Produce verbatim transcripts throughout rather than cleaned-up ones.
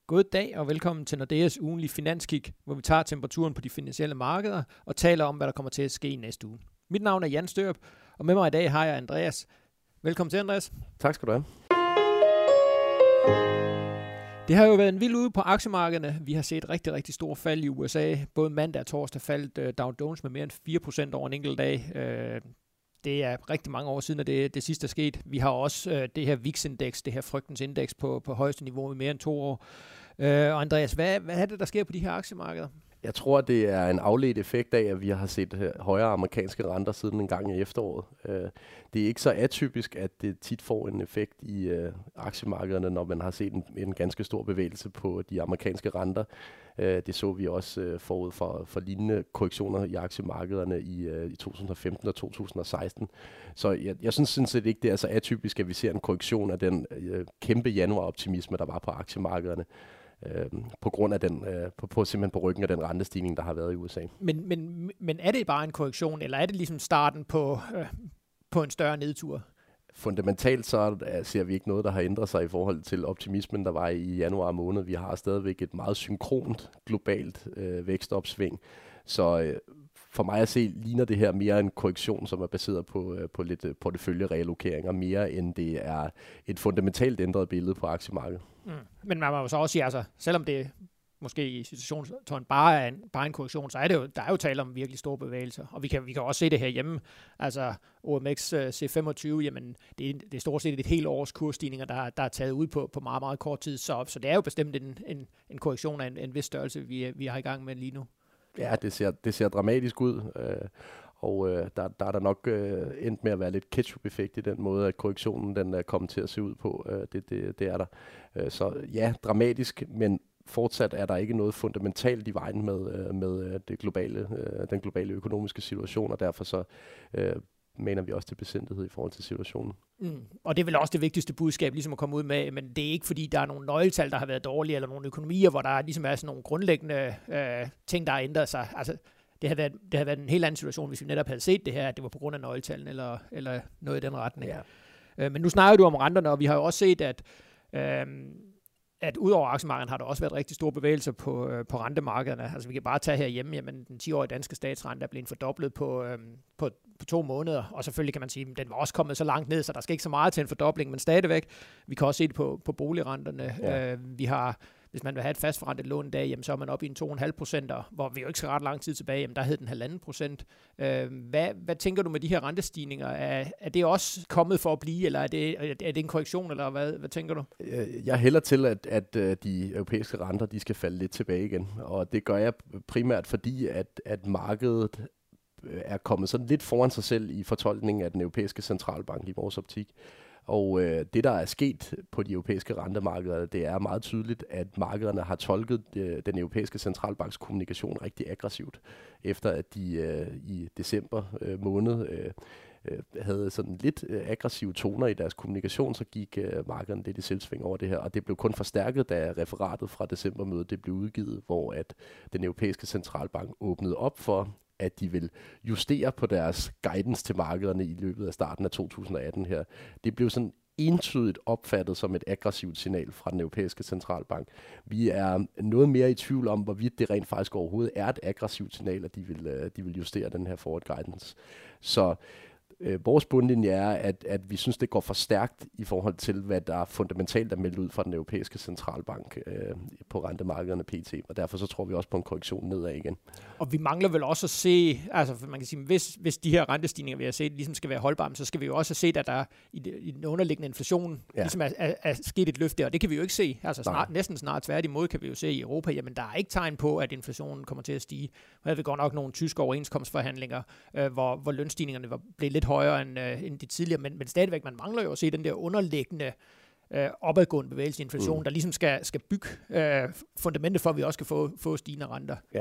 God dag og velkommen til Nordeas ugenlige finanskig, hvor vi tager temperaturen på de finansielle markeder og taler om, hvad der kommer til at ske i næste uge. Mit navn er Jan Størup, og med mig i dag har jeg Andreas. Velkommen til, Andreas. Tak skal du have. Det har jo været en vild uge på aktiemarkederne. Vi har set rigtig, rigtig store fald i U S A. Både mandag og torsdag faldt uh, Dow Jones med mere end fire procent over en enkelt dag. Uh, det er rigtig mange år siden, at det, det sidste er sket. Vi har også uh, det her V I X-indeks, det her frygtens indeks på, på højeste niveau i mere end to år. Uh, og Andreas, hvad, hvad er det, der sker på de her aktiemarkeder? Jeg tror, det er en afledt effekt af, at vi har set højere amerikanske renter siden en gang i efteråret. Det er ikke så atypisk, at det tit får en effekt i aktiemarkederne, når man har set en, en ganske stor bevægelse på de amerikanske renter. Det så vi også forud for, for lignende korrektioner i aktiemarkederne i, i to tusind og femten og to tusind og seksten. Så jeg, jeg synes sådan set ikke, det er så atypisk, at vi ser en korrektion af den kæmpe januaroptimisme, der var på aktiemarkederne. Øh, på grund af den, øh, på, på simpelthen på ryggen af den rentestigning, der har været i U S A. Men, men, men er det bare en korrektion, eller er det ligesom starten på, øh, på en større nedtur? Fundamentalt så er, ser vi ikke noget, der har ændret sig i forhold til optimismen, der var i januar måned. Vi har stadigvæk et meget synkront globalt øh, vækstopsving. Så øh, for mig at se, ligner det her mere en korrektion, som er baseret på, øh, på lidt porteføljereallokeringer, mere end det er et fundamentalt ændret billede på aktiemarkedet. Mm. Men man må jo så også sige, altså, selvom det måske i situationstegn bare er en, bare en korrektion, så er det jo, der er jo tale om virkelig store bevægelser. Og vi kan, vi kan også se det herhjemme. Altså O M X C femogtyve, jamen det er, det er stort set et helt års kursstigninger, der, der er taget ud på, på meget, meget kort tid. Så, så det er jo bestemt en, en, en korrektion af en, en vis størrelse, vi, vi har i gang med lige nu. Ja, det ser, det ser dramatisk ud. Øh, og øh, der, der er der nok øh, endt med at være lidt ketchup-effekt i den måde, at korrektionen den er kommet til at se ud på. Øh, det, det, det er der. Øh, så ja, dramatisk, men fortsat er der ikke noget fundamentalt i vejen med, øh, med det globale, øh, den globale økonomiske situation, og derfor så øh, mener vi også til besindighed i forhold til situationen. Mm. Og det er vel også det vigtigste budskab, ligesom at komme ud med, men det er ikke fordi, der er nogle nøgletal, der har været dårlige, eller nogle økonomier, hvor der ligesom er sådan nogle grundlæggende øh, ting, der har ændret sig. Altså, det havde, været, det havde været en helt anden situation, hvis vi netop havde set det her, at det var på grund af nøgletallene, eller, eller noget i den retning. Ja. Øh, men nu snakker du om renterne, og vi har jo også set, at øh, at udover aktiemarkedet har der også været rigtig store bevægelser på, øh, på rentemarkederne. Altså vi kan bare tage herhjemme, jamen den ti-årige danske statsrente er blevet fordoblet på, øh, på, på to måneder, og selvfølgelig kan man sige, at den var også kommet så langt ned, så der skal ikke så meget til en fordobling, men stadigvæk, vi kan også se det på, på boligrenterne. Ja. Øh, vi har, hvis man vil have et fastforrentet lån i dag, jamen, så er man oppe i en to komma fem procent, hvor vi jo ikke skal ret lang tid tilbage, jamen, der hed den halvanden procent. Øh, hvad, hvad tænker du med de her rentestigninger? Er, er det også kommet for at blive, eller er det, er det en korrektion, eller hvad, hvad tænker du? Jeg hælder til, at, at de europæiske renter de skal falde lidt tilbage igen, og det gør jeg primært fordi, at, at markedet er kommet sådan lidt foran sig selv i fortolkningen af den europæiske centralbank i vores optik. Og øh, det, der er sket på de europæiske rentemarkeder, det er meget tydeligt, at markederne har tolket øh, den europæiske centralbanks kommunikation rigtig aggressivt, efter at de øh, i december øh, måned øh, øh, havde sådan lidt øh, aggressive toner i deres kommunikation, så gik øh, markederne lidt i selvsving over det her, og det blev kun forstærket, da referatet fra decembermødet det blev udgivet, hvor at den europæiske centralbank åbnede op for, at de vil justere på deres guidance til markederne i løbet af starten af to tusind og atten her. Det blev sådan entydigt opfattet som et aggressivt signal fra den europæiske centralbank. Vi er noget mere i tvivl om, hvorvidt det rent faktisk overhovedet er et aggressivt signal, at de vil, de vil justere den her forward guidance. Så Øh, vores bundlinje er, at, at vi synes, det går for stærkt i forhold til, hvad der fundamentalt er meldt ud fra den europæiske centralbank øh, på rentemarkederne P T, og derfor så tror vi også på en korrektion nedad igen. Og vi mangler vel også at se, altså man kan sige, hvis, hvis de her rentestigninger, vi har set, ligesom skal være holdbare, så skal vi jo også have set, at der i, det, i den underliggende inflation ja. ligesom er, er, er sket et løft der, og det kan vi jo ikke se. Altså snart, næsten snart tværtimod kan vi jo se i Europa, jamen der er ikke tegn på, at inflationen kommer til at stige. Vi havde godt nok nogle tyske overenskomstforhandlinger, øh, hvor, hvor lønstigningerne var blevet lidt højere end, øh, end de tidligere, men, men stadigvæk, man mangler jo at se den der underliggende øh, opadgående bevægelse i inflation, mm. der ligesom skal, skal bygge øh, fundamentet for, at vi også kan få, få stigende renter. Ja,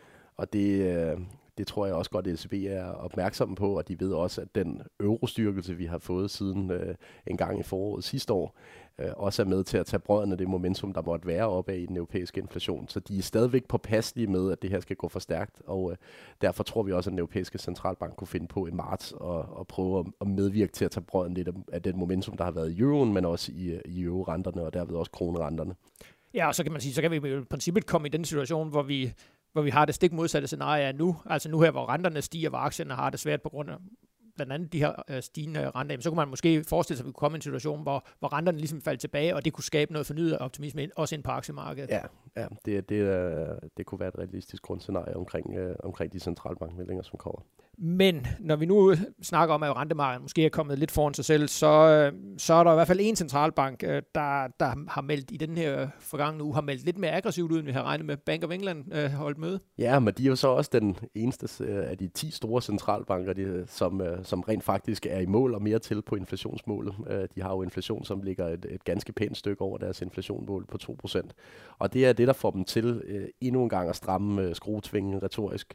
og det, øh, det tror jeg også godt, at E C B er opmærksom på, og de ved også, at den eurostyrkelse, vi har fået siden øh, en gang i foråret sidste år, øh, også er med til at tage brøden af det momentum, der måtte være opad i den europæiske inflation. Så de er stadigvæk påpasselige med, at det her skal gå for stærkt, og øh, derfor tror vi også, at den europæiske centralbank kunne finde på i marts og, og prøve at, at medvirke til at tage brøden lidt af, af den momentum, der har været i euroen, men også i, i euro-renterne og derved også kronerenterne. Ja, og så kan man sige, så kan vi i princippet komme i den situation, hvor vi, hvor vi har det stik modsatte scenarie nu. Altså nu her, hvor renterne stiger, hvor aktierne har det svært på grund af blandt andet de her øh, stigende renter, jamen, så kunne man måske forestille sig, at vi kunne komme i en situation, hvor, hvor renterne ligesom faldt tilbage, og det kunne skabe noget fornyet optimisme, også ind på aktiemarkedet. Ja, ja det, det, det kunne være et realistisk grundscenarie omkring, øh, omkring de centralbankmeldinger, som kommer. Men når vi nu snakker om, at rentemarkedet måske er kommet lidt foran sig selv, så, så er der i hvert fald en centralbank, der, der har meldt i den her forgangne uge, har meldt lidt mere aggressivt ud, end vi har regnet med. Bank of England øh, holdt møde. Ja, men de er jo så også den eneste af de ti store centralbanker, de, som, som rent faktisk er i mål og mere til på inflationsmålet. De har jo inflation, som ligger et, et ganske pænt stykke over deres inflationsmål på to procent. Og det er det, der får dem til øh, endnu en gang at stramme øh, skruetvingen retorisk.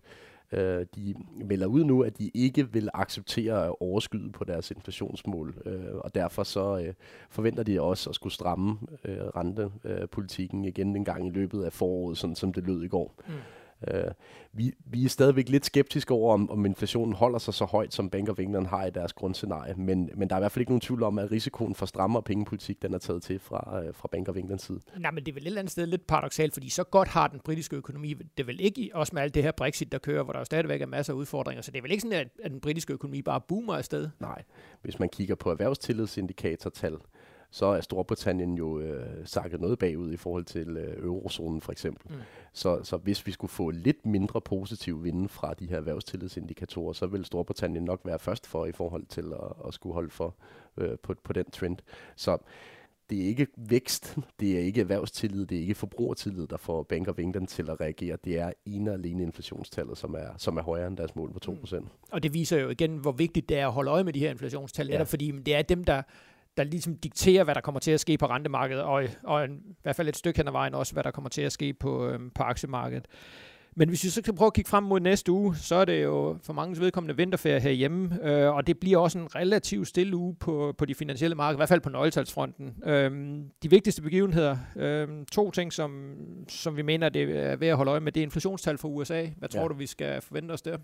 De melder ud nu, at de ikke vil acceptere at overskyde på deres inflationsmål, og derfor så forventer de også at skulle stramme rentepolitikken igen en gang i løbet af foråret, sådan som det lød i går. Mm. Uh, vi, vi er stadigvæk lidt skeptiske over, om, om inflationen holder sig så højt, som Bank of England har i deres grundscenarie, men, men der er i hvert fald ikke nogen tvivl om, at risikoen for strammere pengepolitik, den er taget til fra, uh, fra Bank of Englands side. Nej, men det er vel et eller andet sted lidt paradoksalt, fordi så godt har den britiske økonomi, det er vel ikke, også med alt det her Brexit, der kører, hvor der jo stadigvæk er masser af udfordringer, så det er vel ikke sådan, at, at den britiske økonomi bare boomer afsted? Nej, hvis man kigger på erhvervstillidsindikatortal, så er Storbritannien jo øh, sakket noget bagud i forhold til øh, eurozonen for eksempel. Mm. Så, så hvis vi skulle få lidt mindre positiv vinde fra de her erhvervstillidsindikatorer, så vil Storbritannien nok være først for i forhold til at, at skulle holde for øh, på, på den trend. Så det er ikke vækst, det er ikke erhvervstillid, det er ikke forbrugertillid, der får Bank of England til at reagere. Det er ene og alene inflationstallet, som er, som er højere end deres mål på to procent. Mm. Og det viser jo igen, hvor vigtigt det er at holde øje med de her inflationstal, ja. Fordi det er dem, der der ligesom dikterer, hvad der kommer til at ske på rentemarkedet, og, og en, i hvert fald et stykke hen ad vejen også, hvad der kommer til at ske på, øhm, på aktiemarkedet. Men hvis vi så kan prøve at kigge frem mod næste uge, så er det jo for mange vedkommende vinterferie herhjemme, øh, og det bliver også en relativt stille uge på, på de finansielle markeder, i hvert fald på nøgletalsfronten. Øhm, de vigtigste begivenheder, øhm, to ting, som, som vi mener, det er ved at holde øje med, det er inflationstal fra U S A. Hvad tror ja. du, vi skal forvente os der?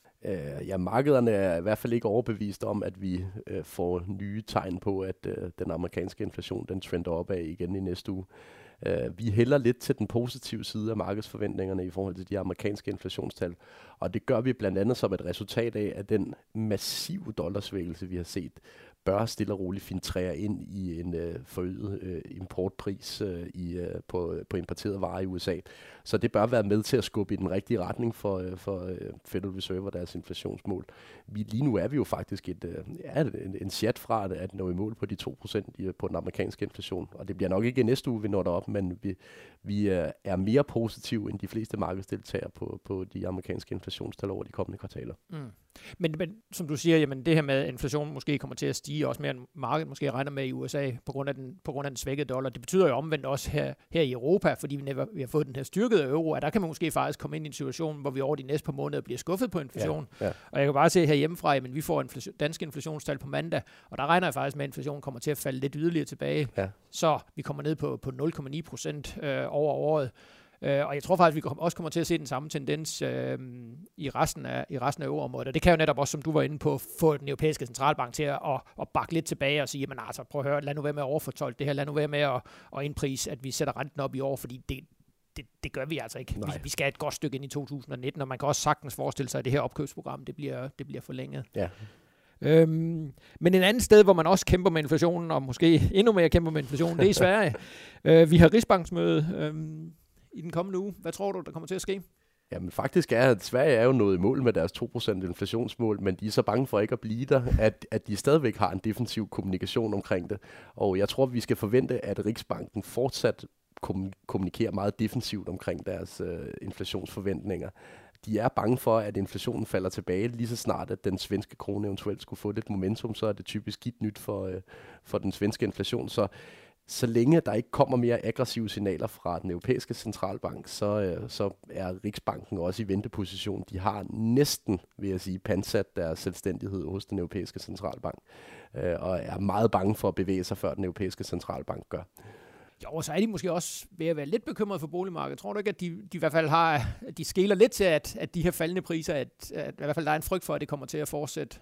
Uh, ja, markederne er i hvert fald ikke overbevist om, at vi uh, får nye tegn på, at uh, den amerikanske inflation, den trender opad igen i næste uge. Uh, vi hælder lidt til den positive side af markedsforventningerne i forhold til de amerikanske inflationstal, og det gør vi blandt andet som et resultat af, at den massive dollarsvækkelse, vi har set, bør stille og roligt filtrere ind i en øh, forøget øh, importpris øh, i, øh, på, på importerede varer i U S A. Så det bør være med til at skubbe i den rigtige retning for, øh, for øh, Federal Reserve og deres inflationsmål. Vi, lige nu er vi jo faktisk et, øh, ja, en, en chat fra at, at nå i mål på de to procent på den amerikanske inflation. Og det bliver nok ikke næste uge, vi når derop, men vi, vi øh, er mere positive end de fleste markedsdeltagere på, på de amerikanske inflationstal over de kommende kvartaler. Mm. Men, men som du siger, jamen det her med, at inflationen måske kommer til at stige, også mere end markedet måske regner med i U S A, på grund af den, på grund af den svækkede dollar. Det betyder jo omvendt også her, her i Europa, fordi vi, netop, vi har fået den her styrkede euro, at der kan man måske faktisk komme ind i en situation, hvor vi over de næste par måneder bliver skuffet på inflation. Ja, ja. Og jeg kan bare se herhjemmefra, at vi får inflation, danske inflationstal på mandag, og der regner jeg faktisk med, at inflationen kommer til at falde lidt yderligere tilbage. Ja. Så vi kommer ned på, på nul komma ni procent øh, over året. Uh, og jeg tror faktisk, vi også kommer til at se den samme tendens uh, i resten af i resten af euroområdet. Og det kan jo netop også, som du var inde på, få den europæiske centralbank til at, at, at bakke lidt tilbage og sige, jamen altså, prøv at høre, lad nu være med at overfortolke det her, lad nu være med at, at indprise, at vi sætter renten op i år, fordi det, det, det gør vi altså ikke. Vi, vi skal et godt stykke ind i to tusind nitten, og man kan også sagtens forestille sig, at det her opkøbsprogram, det bliver, det bliver forlænget. Ja. Øhm, men en anden sted, hvor man også kæmper med inflationen, og måske endnu mere kæmper med inflationen, det er i Sverige. uh, vi har Rigsbanksmøde øhm, i den kommende uge. Hvad tror du, der kommer til at ske? Jamen faktisk er, at Sverige er jo nået i mål med deres to procent inflationsmål, men de er så bange for ikke at blive der, at, at de stadigvæk har en defensiv kommunikation omkring det. Og jeg tror, vi skal forvente, at Riksbanken fortsat kommunikerer meget defensivt omkring deres øh, inflationsforventninger. De er bange for, at inflationen falder tilbage lige så snart, at den svenske krone eventuelt skulle få lidt momentum, så er det typisk skidt nyt for, øh, for den svenske inflation. Så Så længe der ikke kommer mere aggressive signaler fra den europæiske centralbank, så, øh, så er Riksbanken også i venteposition. De har næsten, vil jeg sige, pansat deres selvstændighed hos den europæiske centralbank, øh, og er meget bange for at bevæge sig, før den europæiske centralbank gør. Jo, så er de måske også ved at være lidt bekymrede for boligmarkedet. Tror du ikke, at de, de i hvert fald har, at de skeler lidt til, at, at de her faldende priser, at, at i hvert fald der er en frygt for, at det kommer til at fortsætte?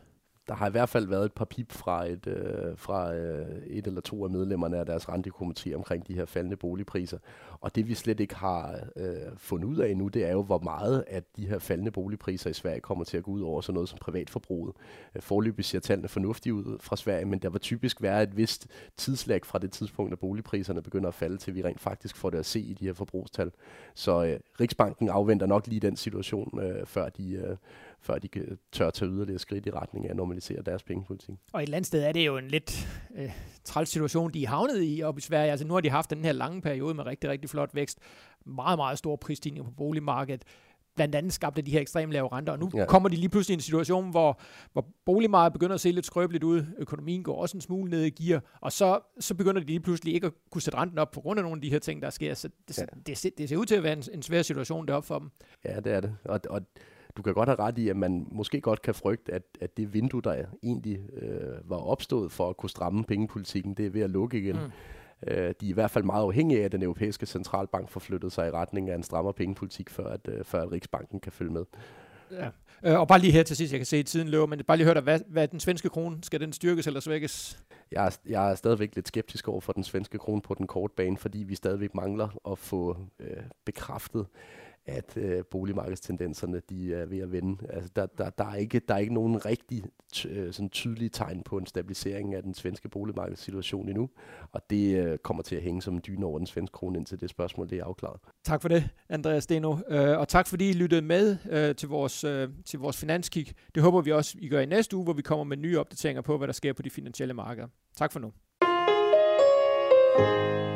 der har i hvert fald været et par pip fra et, øh, fra øh, et eller to af medlemmerne af deres rentekomité omkring de her faldende boligpriser. Og det vi slet ikke har øh, fundet ud af endnu, det er jo, hvor meget at de her faldende boligpriser i Sverige kommer til at gå ud over sådan noget som privatforbruget. Foreløbig ser tallene fornuftige ud fra Sverige, men der vil typisk være et vist tidslag fra det tidspunkt, at boligpriserne begynder at falde, til vi rent faktisk får det at se i de her forbrugstal. Så øh, Riksbanken afventer nok lige den situation, øh, før de... Øh, før de tør tage yderligere skridt i retning af at normalisere deres pengepolitik. Og et eller andet sted er det jo en lidt øh, træls situation, de er havnet i oppe i Sverige. Altså nu har de haft den her lange periode med rigtig, rigtig flot vækst. Meget, meget store prisstigninger på boligmarkedet. Blandt andet skabte de her ekstremt lave renter, og nu ja. kommer de lige pludselig i en situation, hvor, hvor boligmarkedet begynder at se lidt skrøbeligt ud. Økonomien går også en smule ned i gear, og så, så begynder de lige pludselig ikke at kunne sætte renten op på grund af nogle af de her ting, der sker. Så det, ja. det, det ser ud til at være en, en svær situation deroppe for dem. Ja, det er det. Og, og du kan godt have ret i, at man måske godt kan frygte, at, at det vindue, der egentlig øh, var opstået for at kunne stramme pengepolitikken, det er ved at lukke igen. Mm. Øh, de er i hvert fald meget afhængige af, at den europæiske centralbank får flyttet sig i retning af en strammere pengepolitik, før at, øh, før at Riksbanken kan følge med. Ja. Øh, og bare lige her til sidst, jeg kan se, at tiden løber, men bare lige høre dig, hvad, hvad er den svenske krone? Skal den styrkes eller svækkes? Jeg er, jeg er stadigvæk lidt skeptisk over for den svenske krone på den korte bane, fordi vi stadigvæk mangler at få øh, bekræftet, at øh, boligmarkedstendenserne de er ved at vende. Altså, der, der, der, er ikke, der er ikke nogen rigtig øh, sådan tydelige tegn på en stabilisering af den svenske boligmarkedssituation endnu, og det øh, kommer til at hænge som en dyne over den svenske krone, indtil det spørgsmål det er afklaret. Tak for det, Andreas Steno, øh, og tak fordi I lyttede med øh, til, vores, øh, til vores finanskig. Det håber vi også, I gør i næste uge, hvor vi kommer med nye opdateringer på, hvad der sker på de finansielle markeder. Tak for nu.